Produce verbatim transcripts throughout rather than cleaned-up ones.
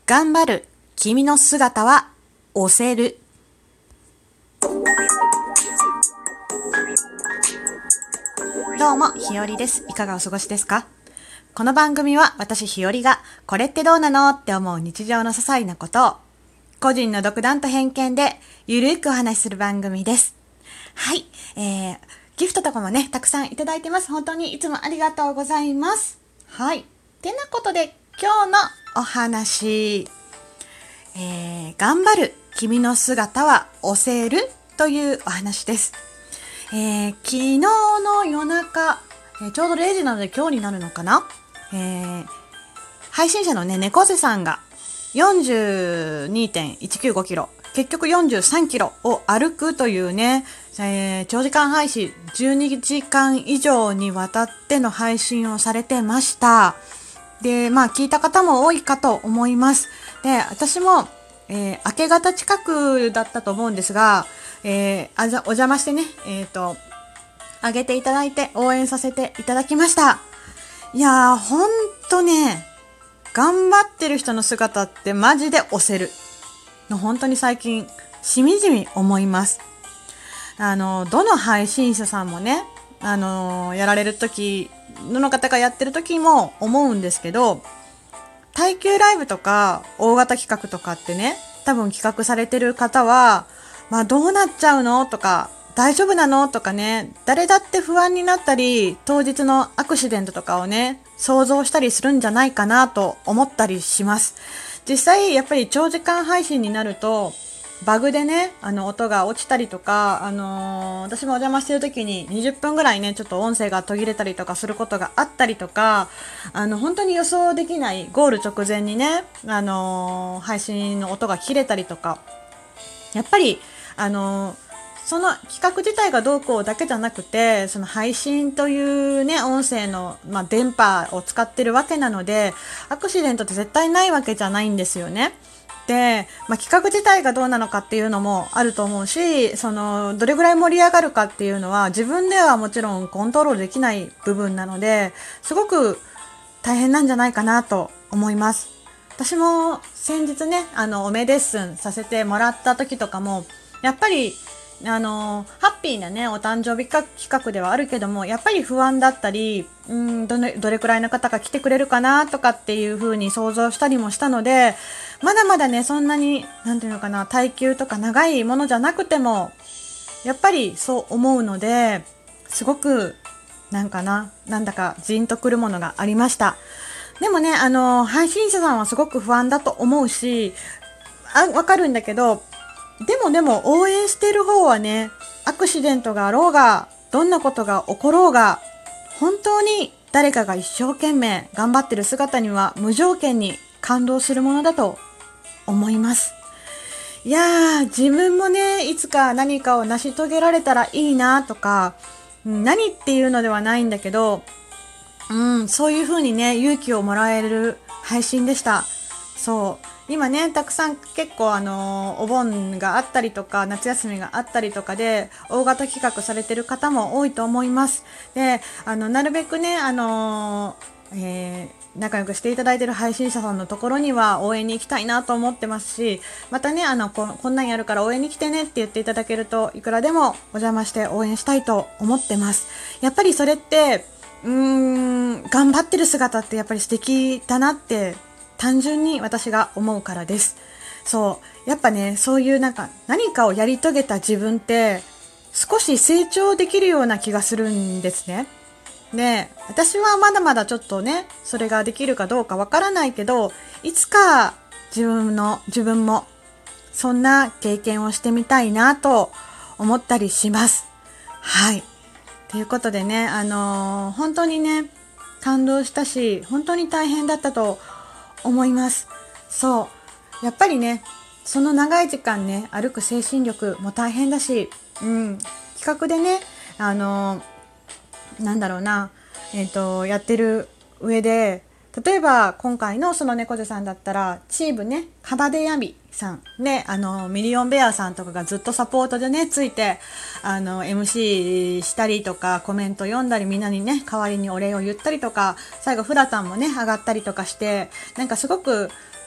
頑張る君の姿は押せる。どうも、ひよりです。いかがお過ごしですか？この番組は私ひよりがこれってどうなのって思う日常の些細なことを個人の独断と偏見でゆるくお話しする番組です。はい、えー、ギフトとかもねたくさんいただいてます。本当にいつもありがとうございます。はい、てなことで今日のお話、えー、頑張る君の姿は押せるというお話です。えー、昨日の夜中、えー、ちょうどれいじなので今日になるのかな、えー、配信者のね猫背さんが よんじゅうにてんいちきゅうごキロ、結局よんじゅうさんキロを歩くというね、えー、長時間配信じゅうにじかん以上にわたっての配信をされてました。で、まあ聞いた方も多いかと思います。で、私も、えー、明け方近くだったと思うんですが、えー、あじゃお邪魔してね、えっと、あげていただいて応援させていただきました。いやー、ほんとね、頑張ってる人の姿ってマジで押せるの、本当に最近しみじみ思います。あの、どの配信者さんもね、あの、やられるとき、どの方がやってるときも思うんですけど、耐久ライブとか大型企画とかってね、多分企画されてる方は、まあどうなっちゃうのとか、大丈夫なのとかね、誰だって不安になったり、当日のアクシデントとかをね、想像したりするんじゃないかなと思ったりします。実際やっぱり長時間配信になると、バグでね、あの音が落ちたりとか、あのー、私もお邪魔してる時ににじゅっぷんぐらいね、ちょっと音声が途切れたりとかすることがあったりとか、あの本当に予想できないゴール直前にね、あのー、配信の音が切れたりとか、やっぱりあのー、その企画自体がどうこうだけじゃなくて、その配信というね、音声の、まあ、電波を使ってるわけなので、アクシデントって絶対ないわけじゃないんですよね。で、まあ、企画自体がどうなのかっていうのもあると思うし、そのどれぐらい盛り上がるかっていうのは自分ではもちろんコントロールできない部分なので、すごく大変なんじゃないかなと思います。私も先日ね、あのおめレッスンさせてもらった時とかも、やっぱりあのハッピーなねお誕生日企画ではあるけども、やっぱり不安だったり、うんどれ、どれくらいの方が来てくれるかなとかっていう風に想像したりもしたので、まだまだねそんなになんていうのかな、耐久とか長いものじゃなくてもやっぱりそう思うので、すごくなんかななんだかジーンとくるものがありました。でもね、あの配信者さんはすごく不安だと思うし、あわかるんだけど、でもでも応援してる方はね、アクシデントがあろうがどんなことが起ころうが、本当に誰かが一生懸命頑張ってる姿には無条件に感動するものだと思います。いやー、自分もねいつか何かを成し遂げられたらいいなとか、何っていうのではないんだけど、うん、そういう風にね勇気をもらえる配信でした。そう今ねたくさん結構あのお盆があったりとか夏休みがあったりとかで大型企画されてる方も多いと思います。で、あのなるべくねあの、えー、仲良くしていただいている配信者さんのところには応援に行きたいなと思ってますし、またねあの こ, こんなんやるから応援に来てねって言っていただけるといくらでもお邪魔して応援したいと思ってます。やっぱりそれってうーん頑張ってる姿ってやっぱり素敵だなって単純に私が思うからです。そうやっぱね、そういうなんか何かをやり遂げた自分って少し成長できるような気がするんですね。で、私はまだまだちょっとねそれができるかどうかわからないけど、いつか自分の自分もそんな経験をしてみたいなと思ったりします。はい、ということでね、あのー、本当にね感動したし、本当に大変だったと思います。そうやっぱりねその長い時間ね歩く精神力も大変だし、うん、企画でねあのー、なんだろうな、えーとやってる上で、例えば今回のその猫背さんだったらチームねカバデヤミさんね、あのミリオンベアさんとかがずっとサポートでねついてあの エムシー したりとかコメント読んだり、みんなにね代わりにお礼を言ったりとか、最後フラタンもね上がったりとかして、なんかすごく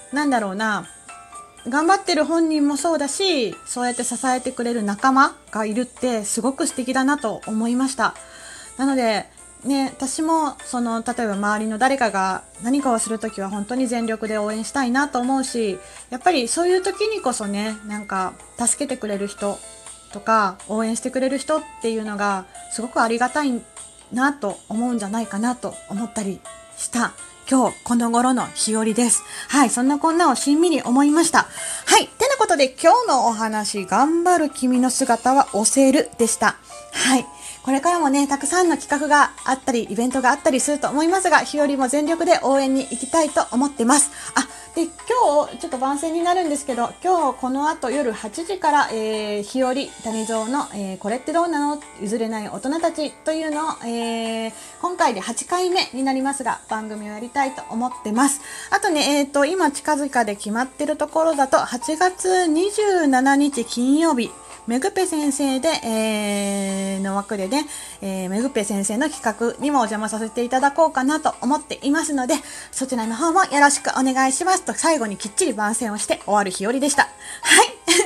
なんだろうな、頑張ってる本人もそうだし、そうやって支えてくれる仲間がいるってすごく素敵だなと思いました。なのでね、私もその例えば周りの誰かが何かをするときは本当に全力で応援したいなと思うし、やっぱりそういう時にこそね、なんか助けてくれる人とか応援してくれる人っていうのがすごくありがたいなと思うんじゃないかなと思ったりした今日この頃の日和です。はい、そんなこんなをしんみり思いました。はい、てなことで今日のお話、頑張る君の姿は押せるでした。はい、これからもね、たくさんの企画があったりイベントがあったりすると思いますが、日和も全力で応援に行きたいと思ってます。あ、で今日ちょっと番宣になるんですけど、今日この後夜はちじから、えー、日和谷蔵の、えー、これってどうなの、譲れない大人たちというのを、えー、今回ではちかいめになりますが、番組をやりたいと思ってます。あとね、えーと今近々で決まってるところだとはちがつにじゅうしちにち金曜日、めぐぺ先生で、えー、の枠でね、えー、めぐぺ先生の企画にもお邪魔させていただこうかなと思っていますので、そちらの方もよろしくお願いしますと、最後にきっちり番宣をして終わる日和でした。はい。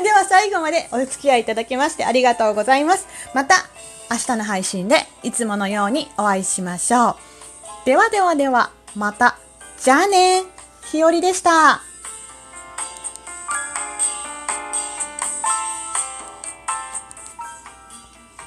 では最後までお付き合いいただきましてありがとうございます。また明日の配信でいつものようにお会いしましょう。ではではでは、また。じゃあね。日和でした。